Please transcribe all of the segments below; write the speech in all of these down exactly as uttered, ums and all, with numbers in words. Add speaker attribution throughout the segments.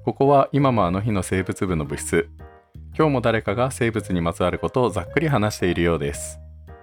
Speaker 1: ここは今もあの日の生物部の部室。今日も誰かが生物にまつわることをざっくり話しているようです。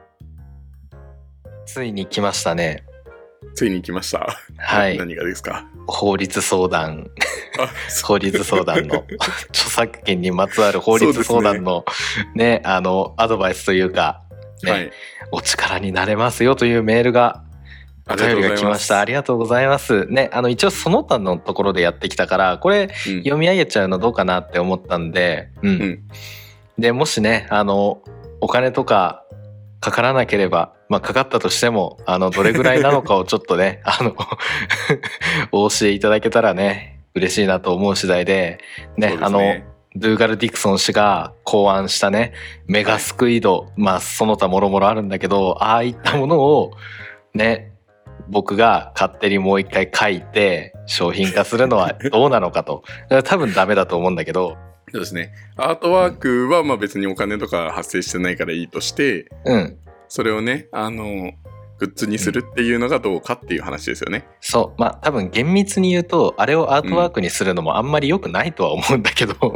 Speaker 2: ついに来ましたね。
Speaker 3: ついに来ました。
Speaker 2: はい。
Speaker 3: 何がですか？
Speaker 2: 法律相談。法律相談の著作権にまつわる法律相談の ね, ねあのアドバイスというか、ねはい、お力になれますよというメールがお便りが来ました。ありがとうございますね。あの一応その他のところでやってきたからこれ、うん、読み上げちゃうのどうかなって思ったんで、うんうん、でもしねあのお金とかかからなければ、まあかかったとしてもあのどれぐらいなのかをちょっとねあのお教えいただけたらね嬉しいなと思う次第で、ね、ねあのドゥーガル・ディクソン氏が考案したねメガスクイド、はい、まあその他もろもろあるんだけどああいったものをね僕が勝手にもう一回書いて商品化するのはどうなのかと多分ダメだと思うんだけど
Speaker 3: そうですねアートワークはまあ別にお金とか発生してないからいいとして、うん、それをねあのグッズにするっていうのがどうかっていう話ですよね、うん、
Speaker 2: そうまあ多分厳密に言うとあれをアートワークにするのもあんまり良くないとは思うんだけど、うん、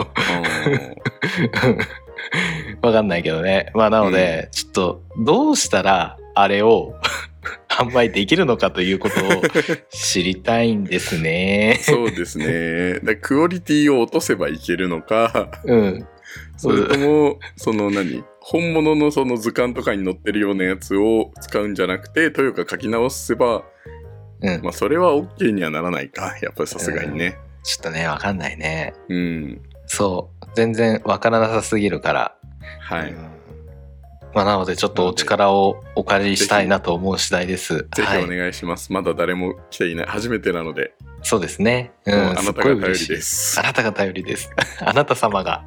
Speaker 2: わかんないけどねまあなので、うん、ちょっとどうしたらあれを販売できるのかということを知りたいんですね
Speaker 3: そうですねだクオリティを落とせばいけるのか、うん、それともその何本物のその図鑑とかに載ってるようなやつを使うんじゃなくてというか書き直せば、うん、まあそれは OK にはならないかやっぱりさすがにね、うん、
Speaker 2: ちょっとねわかんないねうんそう全然わからなさすぎるからはい、うんまあ、なのでちょっとお力をお借りしたいなと思う次第です。
Speaker 3: ぜひお願いします、はい、まだ誰も来ていない初めてなので
Speaker 2: そうですね、
Speaker 3: うん、あなたが頼りです
Speaker 2: あなたが頼りですあなた様が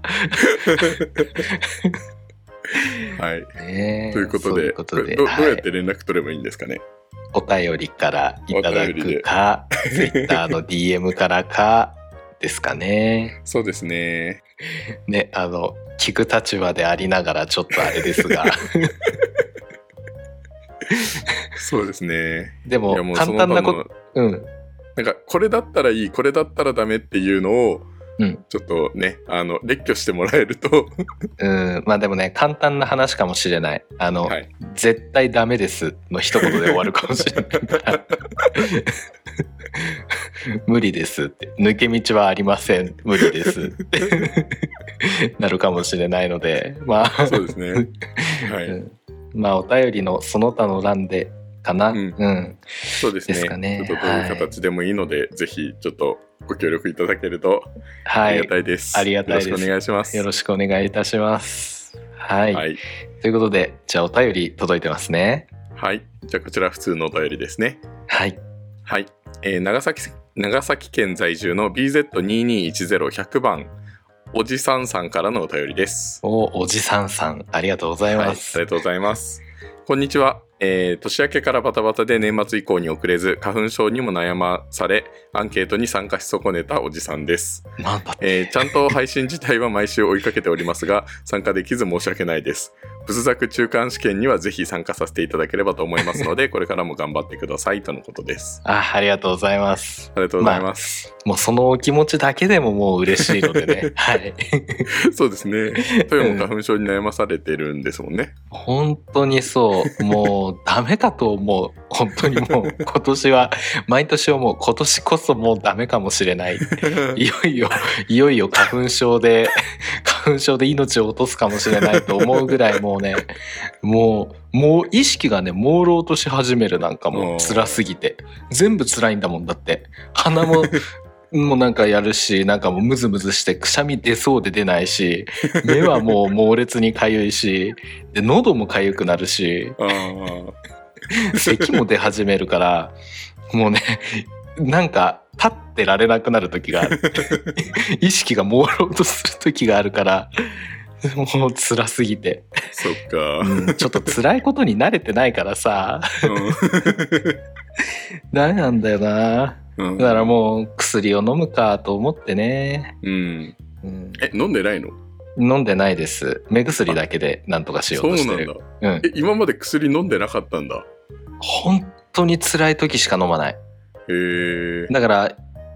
Speaker 3: はい、ね、ということで、ううことで ど, どうやって連絡取ればいいんですかね、
Speaker 2: はい、お便りからいただくか Twitter の ディーエム からかですかね
Speaker 3: そうですね
Speaker 2: ねあの聞く立場でありながらちょっとあれですが
Speaker 3: そうですね
Speaker 2: でも簡単なことうん
Speaker 3: なんかこれだったらいいこれだったらダメっていうのをうん、ちょっとねあの列挙してもらえると
Speaker 2: うんまあでもね簡単な話かもしれないあの、はい、絶対ダメですの一言で終わるかもしれないから無理ですって抜け道はありません無理ですってなるかもしれないのでまあ
Speaker 3: そうですねはい、うん、
Speaker 2: まあお便りのその他の欄でかな、うん、うん、
Speaker 3: そうですね。ですかね。ちょっとどういう形でもいいので、はい、ぜひちょっとご協力いただけるとありがたいです。
Speaker 2: はい、ありがたいです。
Speaker 3: よろしくお願いします。
Speaker 2: よろしくお願いいたします。はい。はい、ということで、じゃあお便り届いてますね。
Speaker 3: はい。じゃあこちら普通のお便りですね。
Speaker 2: はい。
Speaker 3: はい。えー、長崎長崎県在住の ビーゼットにーにーいちゼロいちゼロ番おじさんさんからのお便りです。
Speaker 2: お、おじさんさんありがとうございます。
Speaker 3: はい、ありがとうございます。こんにちは。えー、年明けからバタバタで年末以降に遅れず花粉症にも悩まされアンケートに参加し損ねたおじさんです。
Speaker 2: なんだ、
Speaker 3: えー、ちゃんと配信自体は毎週追いかけておりますが参加できず申し訳ないです。仏作中間試験にはぜひ参加させていただければと思いますのでこれからも頑張ってくださいとのことです。
Speaker 2: あ、ありがとうございます。
Speaker 3: ありがとうございます、
Speaker 2: まあ、もうそのお気持ちだけでももう嬉しいのでねはい
Speaker 3: そうですね。トヨも花粉症に悩まされてるんですもんね、
Speaker 2: うん、本当にそうもうダメかと思う本当にもう今年は毎年思う今年こそもうダメかもしれないいよいよいよいよ花粉症で花粉症で命を落とすかもしれないと思うぐらいもうねもうもう意識がね朦朧とし始めるなんかもう辛すぎて全部辛いんだもんだって鼻ももうなんかやるしなんかもうムズムズしてくしゃみ出そうで出ないし目はもう猛烈にかゆいしで喉もかゆくなるし咳も出始めるからもうねなんか立ってられなくなる時がある意識が朦朧とする時があるからもう辛すぎて
Speaker 3: そっか、
Speaker 2: うん、ちょっと辛いことに慣れてないからさ、うん、ダメなんだよな、うん、だからもう薬を飲むかと思ってね、
Speaker 3: うんうん、え飲んでないの？
Speaker 2: 飲んでないです。目薬だけでなんとかしようとしてる。
Speaker 3: そうなんだ、うん、え今まで薬飲んでなかったんだ？
Speaker 2: 本当に辛い時しか飲まない。
Speaker 3: へー。
Speaker 2: だから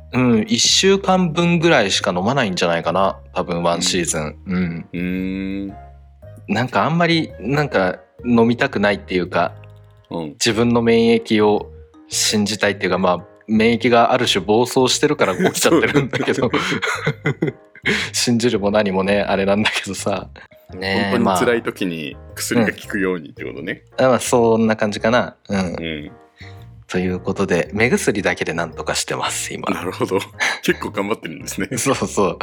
Speaker 2: うん、いっしゅうかんぶんぐらいしか飲まないんじゃないかな、多分ワンシーズン。うん。
Speaker 3: うーん。
Speaker 2: なんかあんまりなんか飲みたくないっていうか、
Speaker 3: うん、
Speaker 2: 自分の免疫を信じたいっていうか、まあ免疫がある種暴走してるから起きちゃってるんだけど信じるも何もねあれなんだけどさ、
Speaker 3: ね、本当に辛い時に薬が効くようにってことね。
Speaker 2: まあ、うん、まあそんな感じかな。うん。
Speaker 3: うん
Speaker 2: ということで目薬だけでなんとかしてます今。
Speaker 3: なるほど。結構頑張ってるんですね。
Speaker 2: そうそう。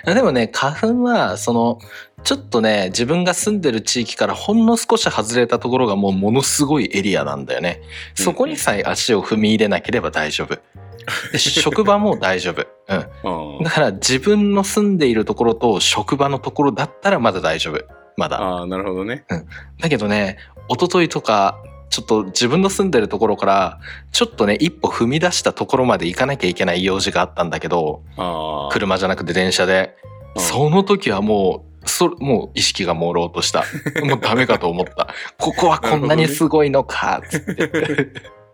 Speaker 2: でもね花粉はそのちょっとね自分が住んでる地域からほんの少し外れたところがもうものすごいエリアなんだよね。そこにさえ足を踏み入れなければ大丈夫。で職場も大丈夫。うん。だから自分の住んでいるところと職場のところだったらまだ大丈夫。まだ。
Speaker 3: ああなるほどね。
Speaker 2: うん。だけどね一昨日とかちょっと自分の住んでるところからちょっとね一歩踏み出したところまで行かなきゃいけない用事があったんだけど、
Speaker 3: あ
Speaker 2: 車じゃなくて電車で、その時はもうそもう意識が朦朧とした。もうダメかと思った。ここはこんなにすごいのかっつって。ね、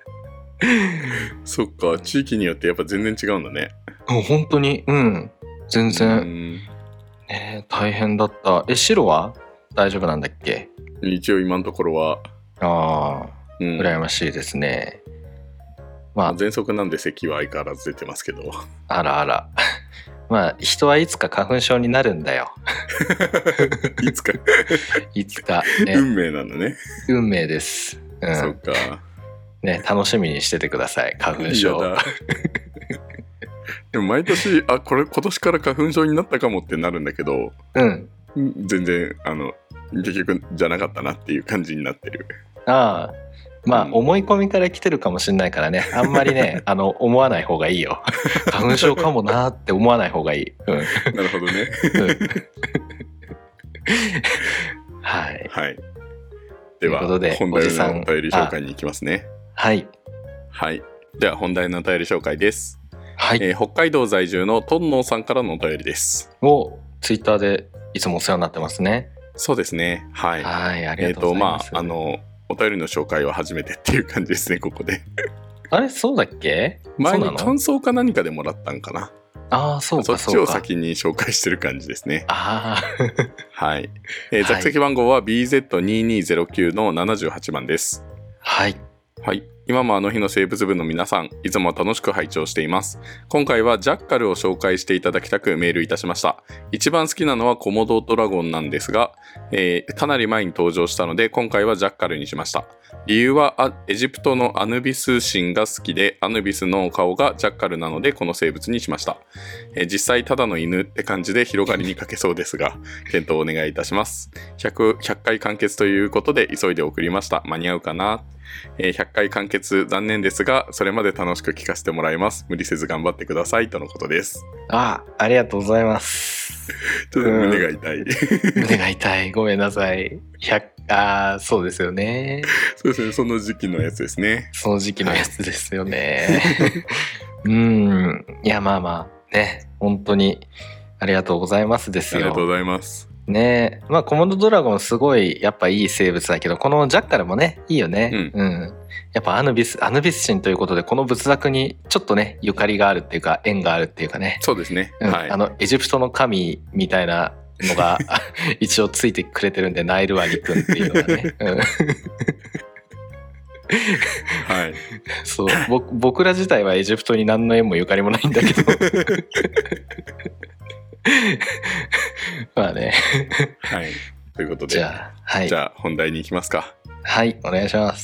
Speaker 3: そっか地域によってやっぱ全然違うんだね。
Speaker 2: もう本当にうん全然ね大変だった。え白は大丈夫なんだっけ？
Speaker 3: 一応今のところは。
Speaker 2: ああ、うん、羨ましいですね。
Speaker 3: まあ喘息なんで咳は相変わらず出てますけど。
Speaker 2: あらあら。まあ人はいつか花粉症になるんだよ。
Speaker 3: いつか。
Speaker 2: いつか、
Speaker 3: ね。運命なんだね。
Speaker 2: 運命です。
Speaker 3: うん、そっか。
Speaker 2: ね楽しみにしててください花粉症。
Speaker 3: やだでも毎年あこれ今年から花粉症になったかもってなるんだけど。
Speaker 2: うん。
Speaker 3: 全然あの結局じゃなかったなっていう感じになってる。
Speaker 2: ああまあ、うん、思い込みから来てるかもしれないからねあんまりねあの思わない方がいいよ。花粉症かもなって思わない方がいい。うん、
Speaker 3: なるほどね。
Speaker 2: はい、
Speaker 3: はい、では本題のお便り紹介に行きますね。
Speaker 2: はい
Speaker 3: はいでは本題のお便り紹介です。
Speaker 2: はい、
Speaker 3: えー、北海道在住のトンノーさんからのお便りです。
Speaker 2: おツイッターでいつもお世話になってますね。
Speaker 3: そうですね。はい。
Speaker 2: はい、ありがとうございます。
Speaker 3: えっと、まあ、あの、お便りの紹介は初めてっていう感じですね、ここで。
Speaker 2: あれ、そうだっけ？
Speaker 3: 前に感想か何かでもらったんかな。
Speaker 2: ああ、そうか、そうか。
Speaker 3: そっちを先に紹介してる感じですね。
Speaker 2: あ
Speaker 3: あ。はい。えー、座席番号は ビーゼットにーにーゼロきゅう のななじゅうはちばんです。
Speaker 2: はい。
Speaker 3: はい。今もあの日の生物部の皆さん、いつも楽しく拝聴しています。今回はジャッカルを紹介していただきたくメールいたしました。一番好きなのはコモドドラゴンなんですが、えー、かなり前に登場したので今回はジャッカルにしました。理由はエジプトのアヌビス神が好きで、アヌビスの顔がジャッカルなのでこの生物にしました。えー、実際ただの犬って感じで広がりに欠けそうですが、検討お願いいたします。ひゃく、ひゃっかい完結ということで急いで送りました。間に合うかな？えー、ひゃっかい完結残念ですがそれまで楽しく聞かせてもらいます。無理せず頑張ってくださいとのことです。
Speaker 2: ああ、ありがとうございます。
Speaker 3: ちょっと胸が痛い、うん、
Speaker 2: 胸が痛いごめんなさい。ひゃくああそうですよね。
Speaker 3: そうですねその時期のやつですね。
Speaker 2: その時期のやつですよね。うんいやまあまあね本当にありがとうございますですよ。
Speaker 3: ありがとうございます。
Speaker 2: ねえまあコモドドラゴンすごいやっぱいい生物だけどこのジャッカルもねいいよね。うん、うん、やっぱアヌビスアヌビス神ということでこの仏作にちょっとねゆかりがあるっていうか縁があるっていうかね。
Speaker 3: そうですね、
Speaker 2: うん
Speaker 3: はい、
Speaker 2: あのエジプトの神みたいなのが一応ついてくれてるんでナイルワニくんっていうのがね、うん、
Speaker 3: はい
Speaker 2: そう僕ら自体はエジプトに何の縁もゆかりもないんだけどまあね
Speaker 3: はいということで
Speaker 2: じゃあ、はい、
Speaker 3: じゃあ本題に行きますか。
Speaker 2: はいお願いします。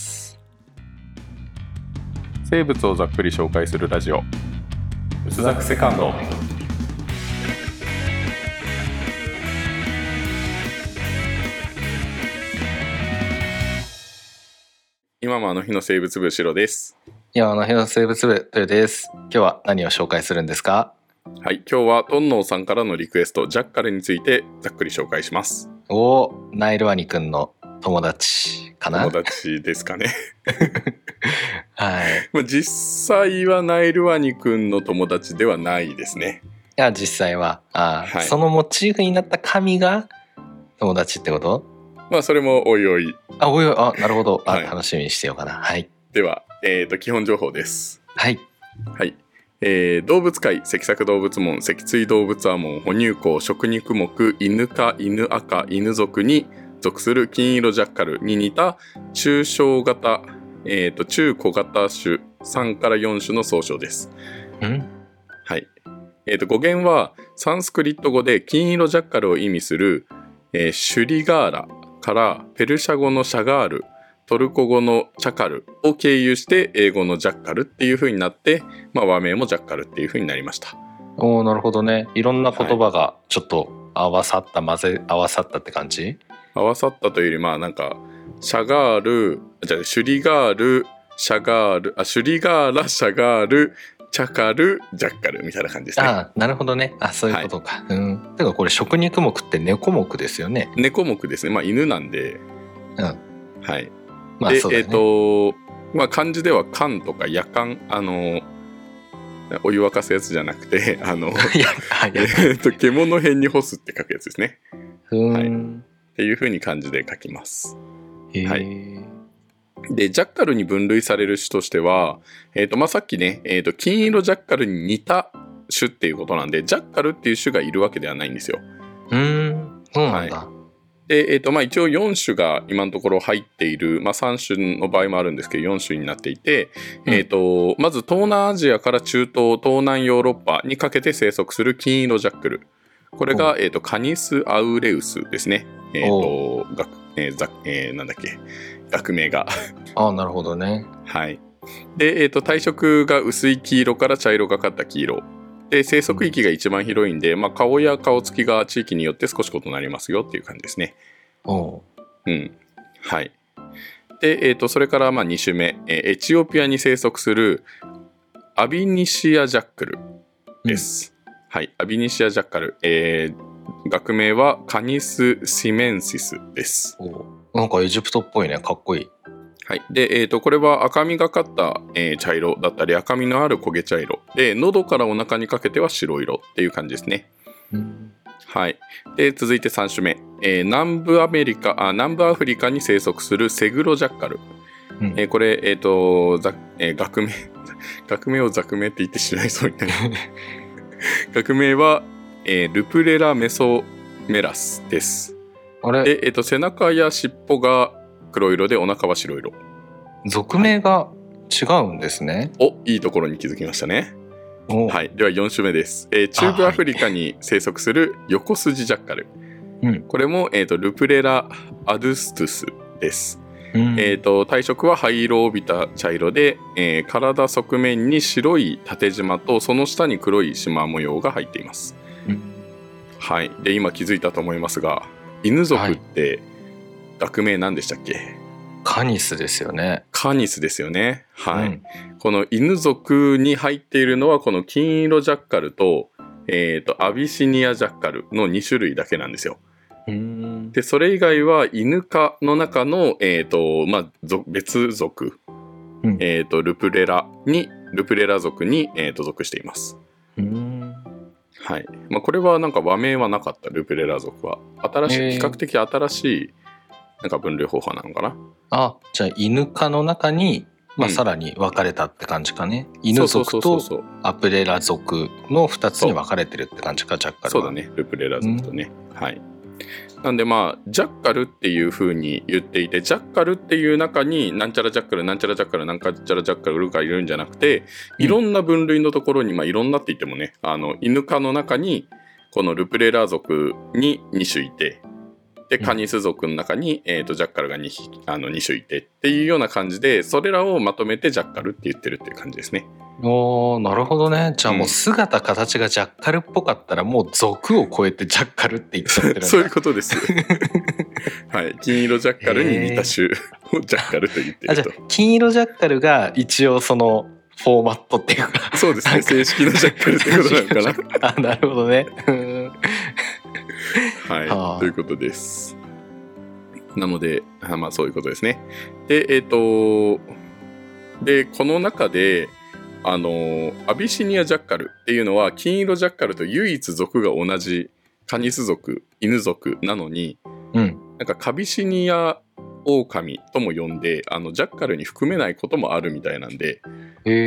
Speaker 1: 生物をざっくり紹介するラジオうすざくセカンド。
Speaker 3: 今もあの日の生物部シロです。
Speaker 2: 今もあの日の生物部トヨです。今日は何を紹介するんですか？
Speaker 3: はい、今日はトンノーさんからのリクエストジャッカルについてざっくり紹介します。
Speaker 2: おーナイルワニくんの友達かな？
Speaker 3: 友達ですかね
Speaker 2: はい、
Speaker 3: まあ実際はナイルワニくんの友達ではないですね。
Speaker 2: いや実際はあ、はい、そのモチーフになった神が友達ってこと？
Speaker 3: まあそれもおいおい。
Speaker 2: あおいおいあなるほど、はい、あ楽しみにしてようかな。はい
Speaker 3: では、えーと、基本情報です。
Speaker 2: はい
Speaker 3: はいえー、動物界、脊索動物門、脊椎動物亜門、哺乳綱、食肉目、犬科、犬赤、犬属に属する金色ジャッカルに似た中小型、えー、と中小型種さんからよん種の総称です。
Speaker 2: ん
Speaker 3: はい。えー、と語源はサンスクリット語で金色ジャッカルを意味する、えー、シュリガーラからペルシャ語のシャガール、トルコ語のチャカルを経由して英語のジャッカルっていう風になって、まあ、和名もジャッカルっていう風になりました。
Speaker 2: おー、なるほどね。いろんな言葉がちょっと合わさった、はい、混ぜ合わさったって感じ？
Speaker 3: 合わさったというより、まあなんかシャガール、じゃあシュリガール、シャガール、あシュリガーラ、シャガール、チャカル、ジャッカルみたいな感じですね。
Speaker 2: ああ、なるほどね。あ、そういうことか。はい、うん。てかこれ食肉目って猫目ですよね。
Speaker 3: 猫目ですね。まあ犬なんで。
Speaker 2: うん。
Speaker 3: はい。
Speaker 2: まあ
Speaker 3: で、
Speaker 2: そうだね。
Speaker 3: えっ、ー、と、まあ漢字では缶とか夜間、あのお湯沸かすやつじゃなくて、あのえっと獣辺に干すって書くやつですね。
Speaker 2: うん、
Speaker 3: はい。っていう風に漢字で書きます。
Speaker 2: へー。
Speaker 3: はい。でジャッカルに分類される種としては、えーとまあ、さっきね、えーと金色ジャッカルに似た種っていうことなんで、ジャッカルっていう種がいるわけではないんですよ。
Speaker 2: うーん、そうなんだ。
Speaker 3: はい、で、えーとまあ、一応よん種が今のところ入っている、まあ、さん種の場合もあるんですけどよん種になっていて、うん、えーとまず東南アジアから中東、東南ヨーロッパにかけて生息する金色ジャッカル、これが、えーとカニス・アウレウスですね。えーと学えーざえー、なんだっけ学名が
Speaker 2: ああ、なるほどね。
Speaker 3: はい。で、えーと、体色が薄い黄色から茶色がかった黄色で、生息域が一番広いんで、まあ、顔や顔つきが地域によって少し異なりますよっていう感じですね。
Speaker 2: おう。
Speaker 3: うん。はい。で、えーと、それからまあに種目、えーエチオピアに生息するアビニシアジャックルです。うん、はい。アビニシアジャッカル、えー、学名はカニス・シメンシスです。
Speaker 2: お、なんかエジプトっぽいね。かっこいい。
Speaker 3: はい。で、えーと、これは赤みがかった、えー、茶色だったり、赤みのある焦げ茶色で、喉からお腹にかけては白色っていう感じですね。
Speaker 2: うん、はい。
Speaker 3: で、続いてさん種目、えー、南部アメリカあ南部アフリカに生息するセグロジャッカル、うん、えー、これ、えーとざえー、学名学名を雑名って言ってしまいそうになる学名は、えー、ルプレラメソメラスです。
Speaker 2: あれ
Speaker 3: で、えーと、背中や尻尾が黒色でお腹は白色。
Speaker 2: 属名が違うんですね。
Speaker 3: お、いいところに気づきましたね。はい、ではよん種目です。えー、中部アフリカに生息する横筋ジャッカル、はい、これも、えーと、ルプレラアドゥストゥスです。うん、えーと、体色は灰色を帯びた茶色で、えー、体側面に白い縦縞とその下に黒い縞模様が入っています。うん、はい。で、今気づいたと思いますが、犬属って学名何でしたっけ？はい、
Speaker 2: カニスですよね。
Speaker 3: カニスですよね。はい。うん、この犬属に入っているのはこの金色ジャッカルと、えーと、アビシニアジャッカルのに種類だけなんですよ。うーん、で、それ以外は犬科の中の、えーと、まあ、別属、うん、えーと、ルプレラに、ルプレラ属に、えーと、属しています。うーん、はい。まあ、これはなんか和名はなかった、ルプレラ属は。新しい、比較的新しい、なんか分類方法なのかな。
Speaker 2: あ、じゃあ犬科の中に、まあ、さらに分かれたって感じかね。うん、犬属とアプレラ属のふたつに分かれてるって感じか、ジャッカルは。
Speaker 3: そうだね、ルプレラ属とね。うん、はい。なんでまあ、ジャッカルっていう風に言っていて、ジャッカルっていう中に、なんちゃらジャッカル、なんちゃらジャッカル、なんちゃらジャッカルがいるんじゃなくて、いろんな分類のところに、まあ、いろんなって言ってもね、あの、犬科の中に、このルプレラ属にに種いて、でカニス属の中に、えー、とジャッカルが 2, あのに種いてっていうような感じで、それらをまとめてジャッカルって言ってるっていう感じですね。
Speaker 2: おー、なるほどね。じゃあもう姿形がジャッカルっぽかったら、もう属を超えてジャッカルって言っちゃってるんだ。
Speaker 3: そういうことですはい、金色ジャッカルに似た種をジャッカルと言ってると。あ、じゃあ
Speaker 2: 金色ジャッカルが一応そのフォーマットっていうか、
Speaker 3: そうですね、正式なジャッカルってことなのかな。
Speaker 2: あ、なるほどね。
Speaker 3: はい、はあ、ということです。なので、まあそういうことですね。で、えっと、で、この中で、あの、アビシニアジャッカルっていうのは、金色ジャッカルと唯一属が同じカニス属、犬属なのに、うん、なんかカビシニアオオカミとも呼んで、あのジャッカルに含めないこともあるみたいなんで、
Speaker 2: へー、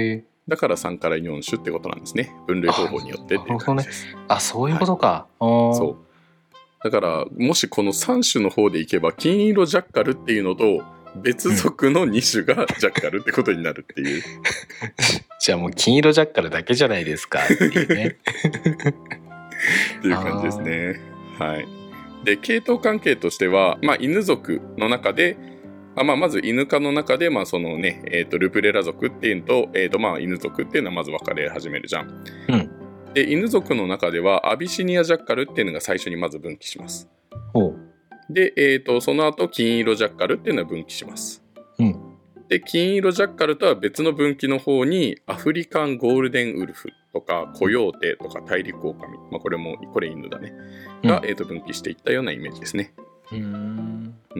Speaker 3: だからさんからよん種ってことなんですね。分類方法によってっていう感じです。
Speaker 2: あ、そういうことか。
Speaker 3: はい、そうだからもしこのさん種の方でいけば金色ジャッカルっていうのと別属のに種がジャッカルってことになるっていう、うん、
Speaker 2: じゃあもう金色ジャッカルだけじゃないですかっていうね
Speaker 3: っていう感じですね。はい。で系統関係としては、まあ、犬属の中であ、まあ、まず犬科の中で、まあそのねえー、とルプレラ属っていうのと、えーとまあ、犬属っていうのはまず分かれ始めるじゃん。
Speaker 2: うん、
Speaker 3: で犬属の中ではアビシニアジャッカルっていうのが最初にまず分岐します。
Speaker 2: お
Speaker 3: で、えー、とその後金色ジャッカルっていうのは分岐します。
Speaker 2: うん、
Speaker 3: で金色ジャッカルとは別の分岐の方にアフリカンゴールデンウルフとかコヨーテとか大陸オオカミ、まあ、これもこれ犬だねが、うんえー、と分岐していったようなイメージですね。
Speaker 2: うーん、
Speaker 3: うん、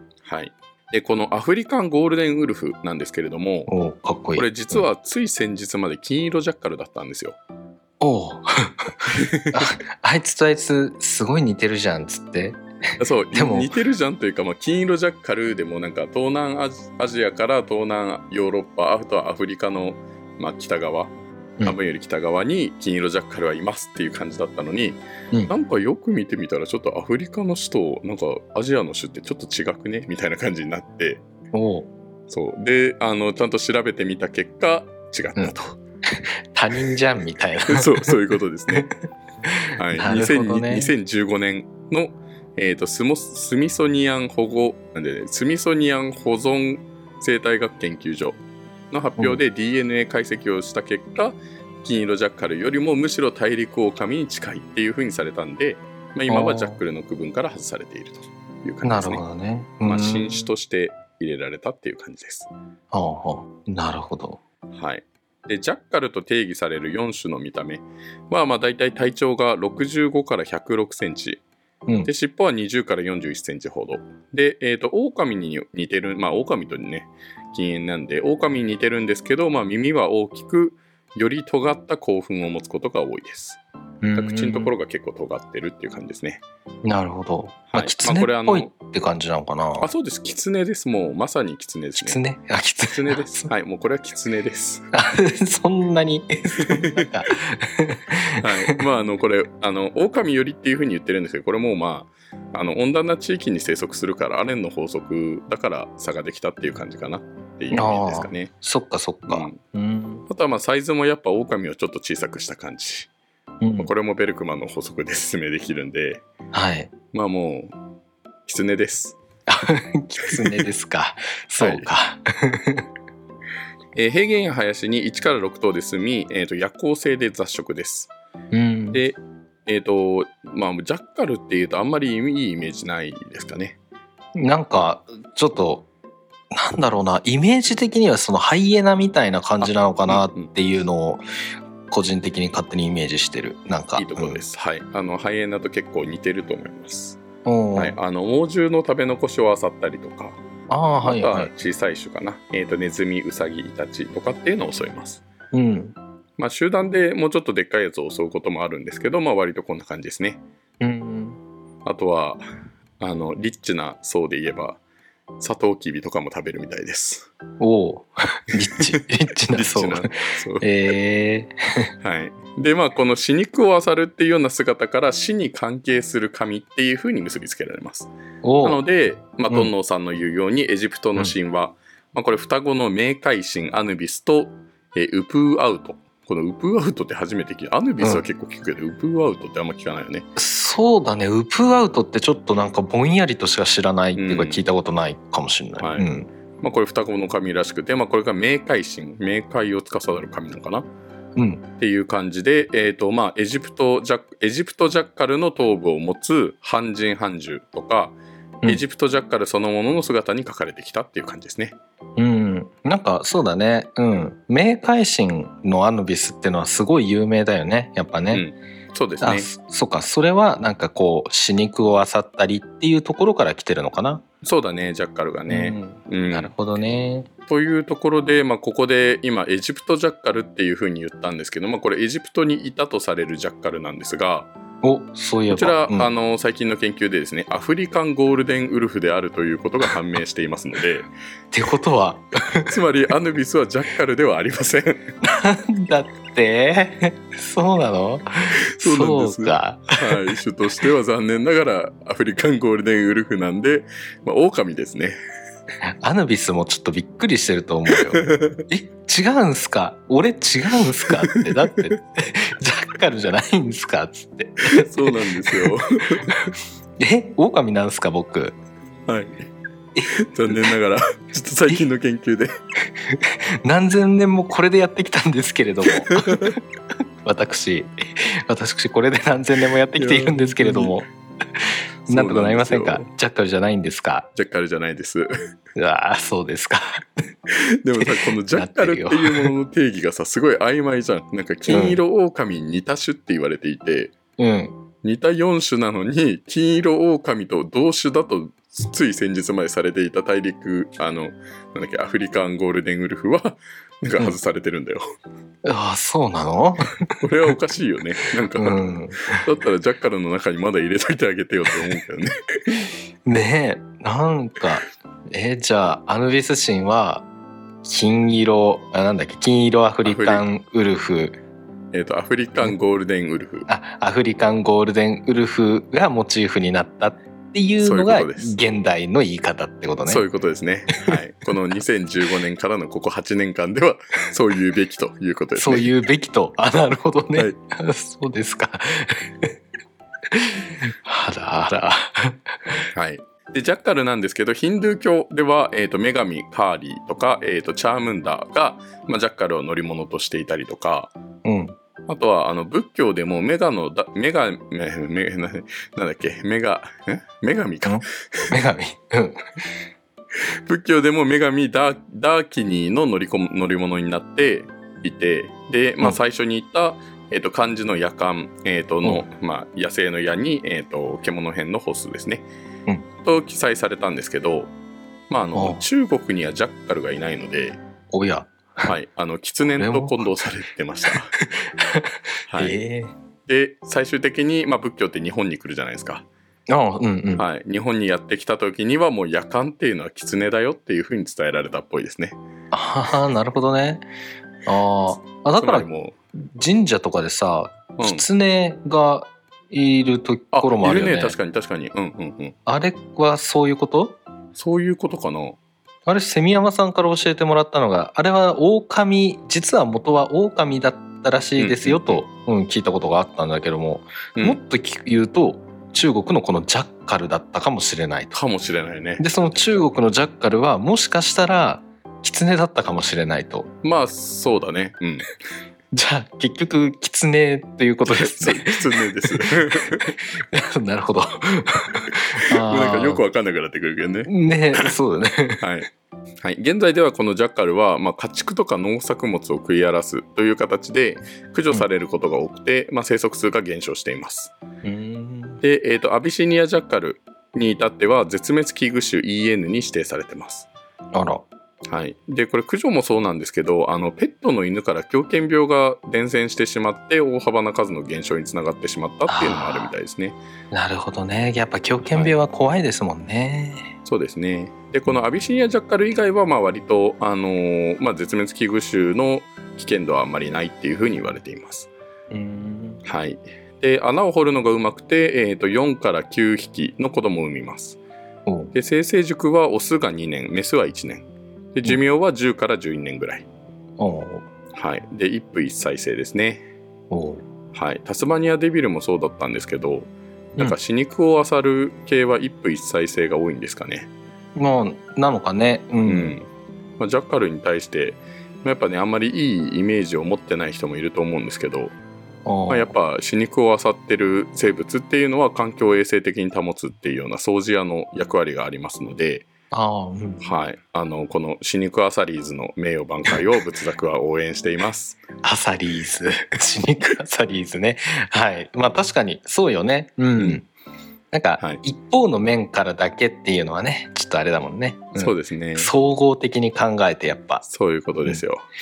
Speaker 3: はい。でこのアフリカンゴールデンウルフなんですけれども、
Speaker 2: おかっこいい。
Speaker 3: これ実はつい先日まで金色ジャッカルだったんですよ。
Speaker 2: おあ, あいつとあいつすごい似てるじゃんっつって
Speaker 3: そうでも似てるじゃんというか、まあ、金色ジャッカルでもなんか東南アジ、アジアから東南ヨーロッパあとはアフリカの、まあ、北側半分より北側に金色ジャッカルはいますっていう感じだったのに、うん、なんかよく見てみたらちょっとアフリカの種となんかアジアの種ってちょっと違くねみたいな感じになって、
Speaker 2: お
Speaker 3: そうであのちゃんと調べてみた結果違ったと、うん、
Speaker 2: 他人じゃんみたいな
Speaker 3: そうそういうことですね。はい、
Speaker 2: なるほどね。
Speaker 3: にせんじゅうごねんの、えーと、スモスミソニアン保護なんで、ね、スミソニアン保存生態学研究所の発表で ディーエヌエー 解析をした結果、うん、金色ジャッカルよりもむしろ大陸オオカミに近いっていう風にされたんで、まあ、今はジャッカルの区分から外されているという感じですね。
Speaker 2: なるほどね。
Speaker 3: まあ、新種として入れられたっていう感じです。
Speaker 2: はあはあ、なるほど。
Speaker 3: はい。でジャッカルと定義されるよん種の見た目は、まあ、だいたい体長がろくじゅうごからひゃくろくセンチ、うん、で尻尾はにじゅうからよんじゅういっセンチほどで、えーと、オオカミに似てる、まあオオカミとね近縁なんでオオカミに似てるんですけど、まあ、耳は大きくより尖った口吻を持つことが多いです。口のところが結構尖ってるっていう感じですね。
Speaker 2: なるほど。まあ、キツネっぽいって感じなのかな。
Speaker 3: あ、そうです。キツネです。もうまさにキツネですね。
Speaker 2: キツネ？あ、キツ
Speaker 3: ネです。はい、もうこれはキツネです。
Speaker 2: そんなになんか
Speaker 3: はい。まああのこれあの狼よりっていう風に言ってるんですけど、これもまああの温暖な地域に生息するからアレンの法則だから差ができたっていう感じかなっていうイメージですかね。
Speaker 2: そっかそっか。
Speaker 3: うん。うん、あとはまあサイズもやっぱ狼をちょっと小さくした感じ。うん、これもベルクマンの法則で説明できるんで、
Speaker 2: はい、
Speaker 3: まあもうキツネです。
Speaker 2: キツネですか。そうか。
Speaker 3: えー、平原や林にいちからろく頭で住み、えー、と夜行性で雑食です。
Speaker 2: うん、
Speaker 3: で、えーとまあ、ジャッカルっていうとあんまりいいイメージないですかね。
Speaker 2: なんかちょっとなんだろうな、イメージ的にはそのハイエナみたいな感じなのかなっていうのを個人的に勝手にイメージしてる。なんか
Speaker 3: いいところです、うん、はい。あのハイエナと結構似てると思います。
Speaker 2: はい、
Speaker 3: あの猛獣の食べ残しを漁ったりとか、
Speaker 2: あ、はいはい、
Speaker 3: あとは小さい種かな、えーとネズミ、ウサギ、イタチとかっていうのを襲います。
Speaker 2: うん、
Speaker 3: まあ、集団でもうちょっとでっかいやつを襲うこともあるんですけど、まあ、割とこんな感じですね。
Speaker 2: うん、
Speaker 3: あとはあのリッチな層で言えばサトウキビとかも食べるみたいです。
Speaker 2: おお、リッチリッチな層。そうえ
Speaker 3: ー、はい。でまあこの死肉を漁るっていうような姿から死に関係する神っていう風に結びつけられます。なので、まあ、トンノーさんの言うように、うん、エジプトの神話、うん、まあ、これ双子の冥界神アヌビスと、えウプーアウト、このウプーアウトって初めて聞いた。アヌビスは結構聞くけど、うん、ウプーアウトってあんま聞かないよね。
Speaker 2: そうだね。ウプーアウトってちょっとなんかぼんやりとしか知らないっていうか聞いたことないかもしれない、
Speaker 3: うん、はい、うん、まあ、これ双子の神らしくて、まあ、これが冥界神、冥界を司る神なのかな、うん、っていう感じで、えーとまあ、エジプトジャエジプトジャッカルの頭部を持つ半人半獣とか、うん、エジプトジャッカルそのものの姿に描かれてきたっていう感じですね。
Speaker 2: うん、なんかそうだね、うん、冥界神のアヌビスっていうのはすごい有名だよね、やっぱね、
Speaker 3: うん、そうですね。あ、
Speaker 2: そうか、それはなんかこう死肉を漁ったりっていうところから来てるのかな。
Speaker 3: そうだね、ジャッカルがね、
Speaker 2: うんうん、なるほどね。
Speaker 3: というところで、まあ、ここで今エジプトジャッカルっていう風に言ったんですけど、まあ、これエジプトにいたとされるジャッカルなんですが、
Speaker 2: お、そういえば
Speaker 3: こちら、
Speaker 2: うん、
Speaker 3: あの最近の研究でですね、アフリカンゴールデンウルフであるということが判明していますので
Speaker 2: ってことは
Speaker 3: つまりアヌビスはジャッカルではありません
Speaker 2: なんだってそうなの？
Speaker 3: そうなんです。
Speaker 2: そうか。
Speaker 3: はい、種としては残念ながらアフリカンゴールデンウルフなんで、まあ、狼ですね。
Speaker 2: アヌビスもちょっとびっくりしてると思うよ。え、違うんすか？俺違うんすかって。だってジャッカルじゃないんすかっつって。
Speaker 3: そうなんですよ。
Speaker 2: え、狼なんすか僕。
Speaker 3: はい。残念ながらちょっと最近の研究で
Speaker 2: 何千年もこれでやってきたんですけれども私私これで何千年もやってきているんですけれどもなんとかなりませんか？ジャッカルじゃないんですか？
Speaker 3: ジャッカルじゃないです。
Speaker 2: ああ、そうですか。
Speaker 3: でもさ、このジャッカルっていうものの定義がさすごい曖昧じゃん。なんか金色狼に似た種って言われていて、
Speaker 2: うん、
Speaker 3: 似たよん種なのに金色狼と同種だとつい先日までされていた大陸、あのなんだっけ、アフリカンゴールデンウルフはなんか外されてるんだよ、
Speaker 2: うん、ああ、そうなの？
Speaker 3: これはおかしいよね。なんか、うん、だったらジャッカルの中にまだ入れといてあげてよと思うけどね。
Speaker 2: ねえ、なんかえじゃあアヌビス神は金色、あ、なんだっけ、金色アフリカンウルフ、
Speaker 3: えっとアフリカンゴールデンウルフ、
Speaker 2: あ、アフリカンゴールデンウルフがモチーフになったっていうのが現代の言い方ってことね。
Speaker 3: そういうことですね。はい。このにせんじゅうごねんからのここはちねんかんではそう言うべきということですね。
Speaker 2: そう言うべきと。あ、なるほどね。
Speaker 3: はい、
Speaker 2: そうですか。あらあら。
Speaker 3: はい。でジャッカルなんですけど、ヒンドゥー教では、えー、と女神カーリーとか、えー、とチャームンダーが、まあ、ジャッカルを乗り物としていたりとか、
Speaker 2: うん、
Speaker 3: あとはあの仏教でもメガのだメガメメななんだっけメガえ女神か
Speaker 2: 女神、うん、
Speaker 3: 仏教でも女神ダーダーキニーの乗りこ乗り物になっていて、で、まあ、最初に言った、うん、えー、と漢字の夜間、えー、との、うん、まあ、野生の矢に、えー、と獣編のホスですね、うん、と記載されたんですけど、まあ、あの中国にはジャッカルがいないので、
Speaker 2: おや、
Speaker 3: はい、あの狐と混同されてました。はい、えー、で最終的に、まあ、仏教って日本に来るじゃないですか。
Speaker 2: あ、うんうん、
Speaker 3: はい、日本にやってきた時にはもう夜間っていうのは狐だよっていう風に伝えられたっぽいですね。
Speaker 2: ああ、なるほどね。ああ、だから神社とかでさ、うん、狐がいるところもあるよね。
Speaker 3: いるね、確かに確かに、うんうんうん。
Speaker 2: あれはそういうこと？
Speaker 3: そういうことかな。
Speaker 2: あれ、セミヤマさんから教えてもらったのが、あれは狼、実は元は狼だったらしいですよと、うんうんうん、聞いたことがあったんだけども、うん、もっと言うと中国のこのジャッカルだったかもしれないと。
Speaker 3: かもしれないね。
Speaker 2: でその中国のジャッカルはもしかしたら狐だったかもしれないと。
Speaker 3: まあそうだね、うん。
Speaker 2: じゃあ結局狐ということですね。
Speaker 3: 狐です
Speaker 2: なるほど。
Speaker 3: なんかよく分かんなくなってくるけどね。
Speaker 2: ね、そうだね。
Speaker 3: はい、はい、現在ではこのジャッカルは、まあ、家畜とか農作物を食い荒らすという形で駆除されることが多くて、うん、まあ、生息数が減少しています。
Speaker 2: うーん
Speaker 3: で、えーと、アビシニアジャッカルに至っては絶滅危惧種 イーエヌ に指定されてます。
Speaker 2: あら。
Speaker 3: はい、でこれ駆除もそうなんですけど、あのペットの犬から狂犬病が伝染してしまって大幅な数の減少につながってしまったっていうのもあるみたいですね。
Speaker 2: なるほどね。やっぱ狂犬病は怖いですもんね。
Speaker 3: はい、そうですね。でこのアビシニアジャッカル以外はまあ割と、あのーまあ、絶滅危惧種の危険度はあんまりないっていうふうに言われています。
Speaker 2: うーん、
Speaker 3: はい、で穴を掘るのがうまくて、えー、とよんからきゅうひきの子供を産みます。で成成熟はオスがにねん、メスはいちねんで、寿命はじゅうからじゅうにねんぐらい。
Speaker 2: お
Speaker 3: はい、で一夫一妻制ですね。
Speaker 2: お、
Speaker 3: はい、タスマニアデビルもそうだったんですけど、なんか死肉を漁る系は一夫一妻制が多いんですかね。
Speaker 2: まあなのかね。うん、うん、
Speaker 3: まあ、ジャッカルに対してやっぱねあんまりいいイメージを持ってない人もいると思うんですけど、まあ、やっぱ死肉を漁ってる生物っていうのは環境を衛生的に保つっていうような掃除屋の役割がありますので、
Speaker 2: あ、うん、
Speaker 3: はい、あのこの死肉アサリーズの名誉挽回を仏作は応援しています。
Speaker 2: アサリーズ、死肉アサリーズね。はい、まあ確かにそうよね。うん、うん、なんか、はい、一方の面からだけっていうのはねちょっとあれだもんね。
Speaker 3: うん、そうですね。
Speaker 2: 総合的に考えてやっぱ
Speaker 3: そういうことですよ。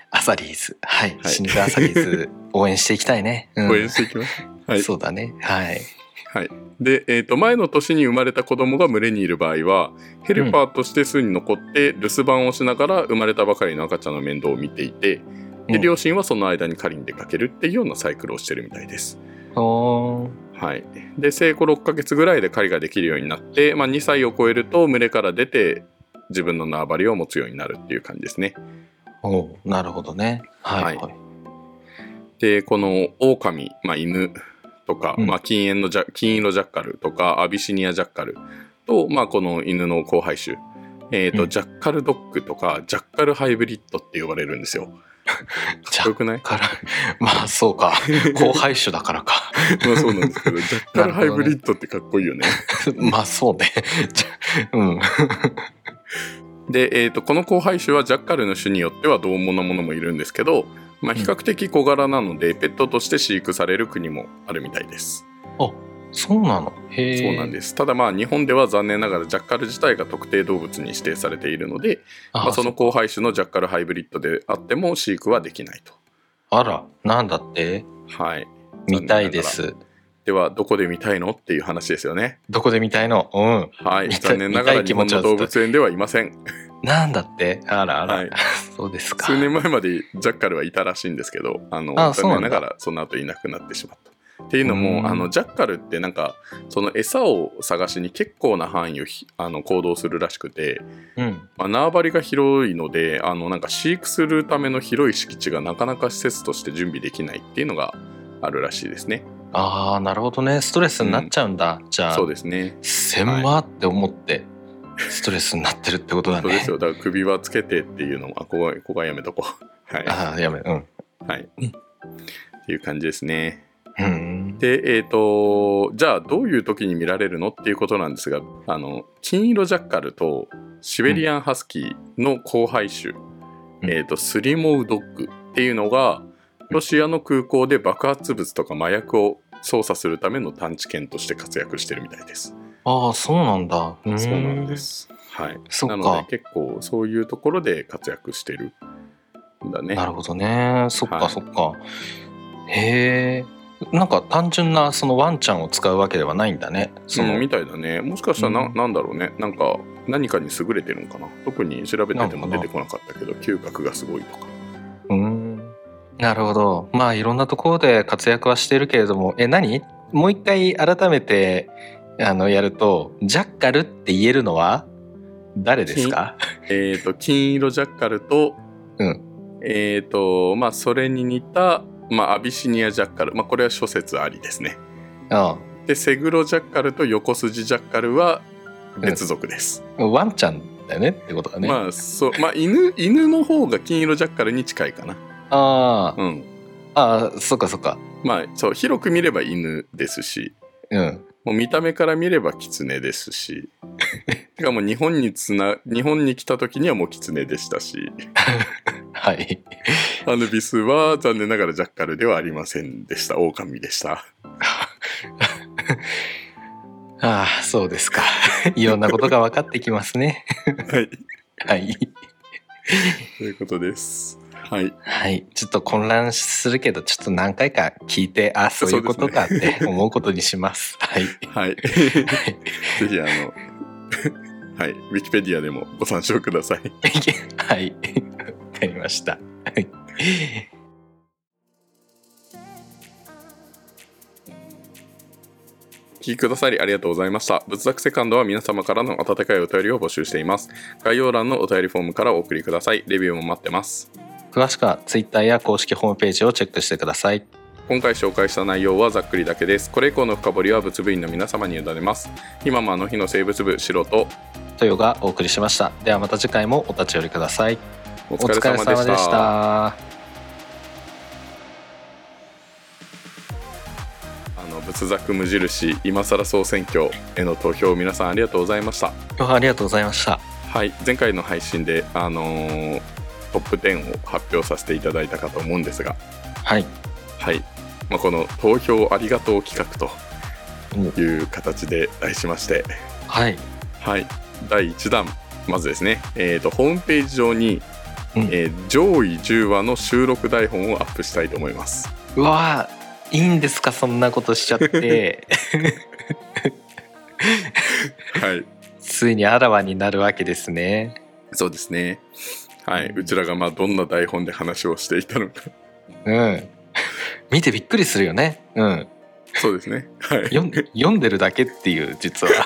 Speaker 2: アサリーズ、はい、はい、清水アサリーズ応援していきたいね、
Speaker 3: うん、応援していきます、
Speaker 2: はい、そうだね、はい、
Speaker 3: はい、で、えーと、前の年に生まれた子供が群れにいる場合はヘルパーとして巣に残って留守番をしながら生まれたばかりの赤ちゃんの面倒を見ていて、で両親はその間に狩りに出かけるっていうようなサイクルをしてるみたいです。
Speaker 2: おー、
Speaker 3: はい、で生後ろっかげつぐらいで狩りができるようになって、まあ、にさいを超えると群れから出て自分の縄張りを持つようになるっていう感じですね。
Speaker 2: お、なるほどね、はい、はい、
Speaker 3: でこの狼、まあ、犬とか、うん、まあ、金色のジャ金色ジャッカルとかアビシニアジャッカルと、まあ、この犬の交配種、えーとうん、ジャッカルドッグとかジャッカルハイブリッドって呼ばれるんですよ。かっこよくない？
Speaker 2: まあそうか、交配種だからか
Speaker 3: まあそうなんですけどジャッカルハイブリッドってかっこいいよね
Speaker 2: まあそうねうん
Speaker 3: で、えーと、この交配種はジャッカルの種によっては獰猛なものもいるんですけど、まあ、比較的小柄なので、うん、ペットとして飼育される国もあるみたいです。
Speaker 2: あ、そうなの？へー。
Speaker 3: そうなんです。ただまあ日本では残念ながらジャッカル自体が特定動物に指定されているので、あ、まあ、その交配種のジャッカルハイブリッドであっても飼育はできないと。
Speaker 2: あら、なんだって？
Speaker 3: はい、
Speaker 2: 見たいです。
Speaker 3: ではどこで見たいのっていう話ですよね。
Speaker 2: どこで見たいの？うん、
Speaker 3: はい、残念ながら日本の動物園ではいません
Speaker 2: なんだって？あらあら、はい、そうですか。
Speaker 3: 数年前までジャッカルはいたらしいんですけど、あの
Speaker 2: ああ
Speaker 3: 残念ながらその後いなくなってしまった。っていうのも、あのジャッカルってなんかその餌を探しに結構な範囲をあの行動するらしくて、
Speaker 2: うん、
Speaker 3: まあ、縄張りが広いので、あのなんか飼育するための広い敷地がなかなか施設として準備できないっていうのがあるらしいですね。
Speaker 2: ああ、なるほどね。ストレスになっちゃうんだ、うん、じゃあ
Speaker 3: そうですね、
Speaker 2: 千万って思ってストレスになってるってことだね。
Speaker 3: そうですよ。だから首輪つけてっていうのも、あ、ここはここはやめとこうはい、
Speaker 2: ああやめ、うん、
Speaker 3: はい、うん、っていう感じですね。
Speaker 2: うん、
Speaker 3: で、えーと、じゃあどういう時に見られるのっていうことなんですが、あの金色ジャッカルとシベリアンハスキーの交配種、うん、えーと、スリモウドッグっていうのがロシアの空港で爆発物とか麻薬を操作するための探知犬として活躍してるみたいです。
Speaker 2: ああ、そうなんだ。
Speaker 3: そうなんです。はい。
Speaker 2: そっか。
Speaker 3: なので結構そういうところで活躍してるんだね。
Speaker 2: なるほどね。そっか、はい、そっか。へえ。なんか単純なそのワンちゃんを使うわけではないんだね。その、
Speaker 3: うん、みたいだね。もしかしたらな、うん、なんだろうね。なんか何かに優れてるのかな。特に調べてても出てこなかったけど、嗅覚がすごいとか。
Speaker 2: うーん。なるほど。まあいろんなところで活躍はしてるけれども、え、何？もう一回改めてあのやると、ジャッカルって言えるのは誰ですか？
Speaker 3: えっと金色ジャッカルと、
Speaker 2: うん、
Speaker 3: えっとまあそれに似た。まあ、アビシニアジャッカル、まあ、これは諸説ありですね。
Speaker 2: ああ。
Speaker 3: でセグロジャッカルと横筋ジャッカルは別族です、
Speaker 2: うん、ワンちゃんだよねってことだね。
Speaker 3: まあそう、まあ、犬, 犬の方が金色ジャッカルに近いかな。
Speaker 2: ああ、
Speaker 3: うん、
Speaker 2: ああ、そっかそっか。
Speaker 3: まあそう広く見れば犬ですし、
Speaker 2: うん、
Speaker 3: もう見た目から見れば狐ですししかも日本につな日本に来た時にはもう狐でしたし
Speaker 2: はい。
Speaker 3: アヌビスは残念ながらジャッカルではありませんでした。狼でした
Speaker 2: ああ、そうですか。いろんなことが分かってきますね
Speaker 3: はい
Speaker 2: はい
Speaker 3: ということです。はい、
Speaker 2: はい、ちょっと混乱するけどちょっと何回か聞いて、あ、そういうことかって思うことにしますはい
Speaker 3: はいぜひあのはい、ウィキペディアでもご参照ください
Speaker 2: はいわかりました
Speaker 3: お聞きくださりありがとうございました。仏作セカンドは皆様からの温かいお便りを募集しています。概要欄のお便りフォームからお送りください。レビューも待ってます。
Speaker 2: 詳しくは Twitter や公式ホームページをチェックしてください。
Speaker 3: 今回紹介した内容はざっくりだけです。これ以降の深掘りは仏部員の皆様に委ねます。今もあの日の生物部素人
Speaker 2: 豊がお送りしました。ではまた次回もお立ち寄りください。
Speaker 3: お疲れ様でした。
Speaker 2: お疲れ様でした。
Speaker 3: あの仏作無印今更総選挙への投票皆さんありがとうございました。
Speaker 2: ありがとうございました。
Speaker 3: はい、前回の配信であのー、トップじゅうを発表させていただいたかと思うんですが、
Speaker 2: はい
Speaker 3: はい、まあ、この投票ありがとう企画という形で題しまして、
Speaker 2: はい、
Speaker 3: はい、だいいちだんまずですね、えーと、ホームページ上にうんえー、上位じゅうわの収録台本をアップしたいと思います。
Speaker 2: うわー、いいんですか、そんなことしちゃって
Speaker 3: はい、
Speaker 2: ついにあらわになるわけですね。
Speaker 3: そうですね。はい、うちらがまあどんな台本で話をしていたのか
Speaker 2: うん見てびっくりするよね。うん
Speaker 3: そうですね、はい、
Speaker 2: 読, 読んでるだけっていう、実は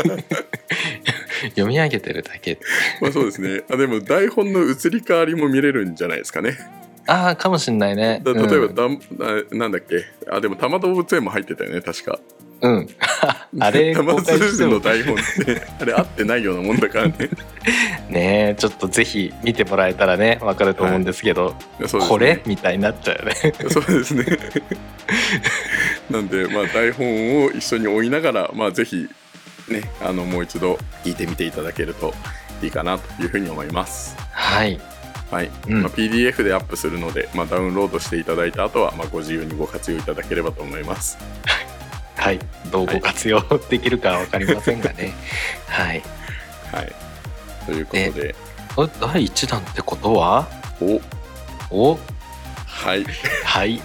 Speaker 2: 読み上げてるだけ
Speaker 3: まあそうですね。あでも台本の移り変わりも見れるんじゃないですかね。
Speaker 2: ああ、かもしんないね。
Speaker 3: だ例えばだ、うん、なんだっけ、あでも多摩動物園も入ってたよね確か。
Speaker 2: うんあれ
Speaker 3: 多摩スーの台本ってあれ合ってないようなもんだからね
Speaker 2: ねえ、ちょっとぜひ見てもらえたらね分かると思うんですけど、はいね、これみたいになっちゃうよね
Speaker 3: そうですねなんでまあ台本を一緒に追いながら、まあぜひね、あのもう一度聞いてみていただけるといいかなというふうに思います。
Speaker 2: はい
Speaker 3: はい、うんまあ、ピーディーエフ でアップするので、まあ、ダウンロードしていただいた後は、まあ、ご自由にご活用いただければと思います
Speaker 2: はい、どうご活用できるかは分かりませんがねはい、
Speaker 3: はい、ということで
Speaker 2: だいいちだんってことは
Speaker 3: お
Speaker 2: お
Speaker 3: はい
Speaker 2: はい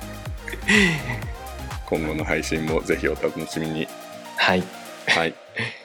Speaker 3: 今後の配信もぜひお楽しみに。
Speaker 2: はい、
Speaker 3: はい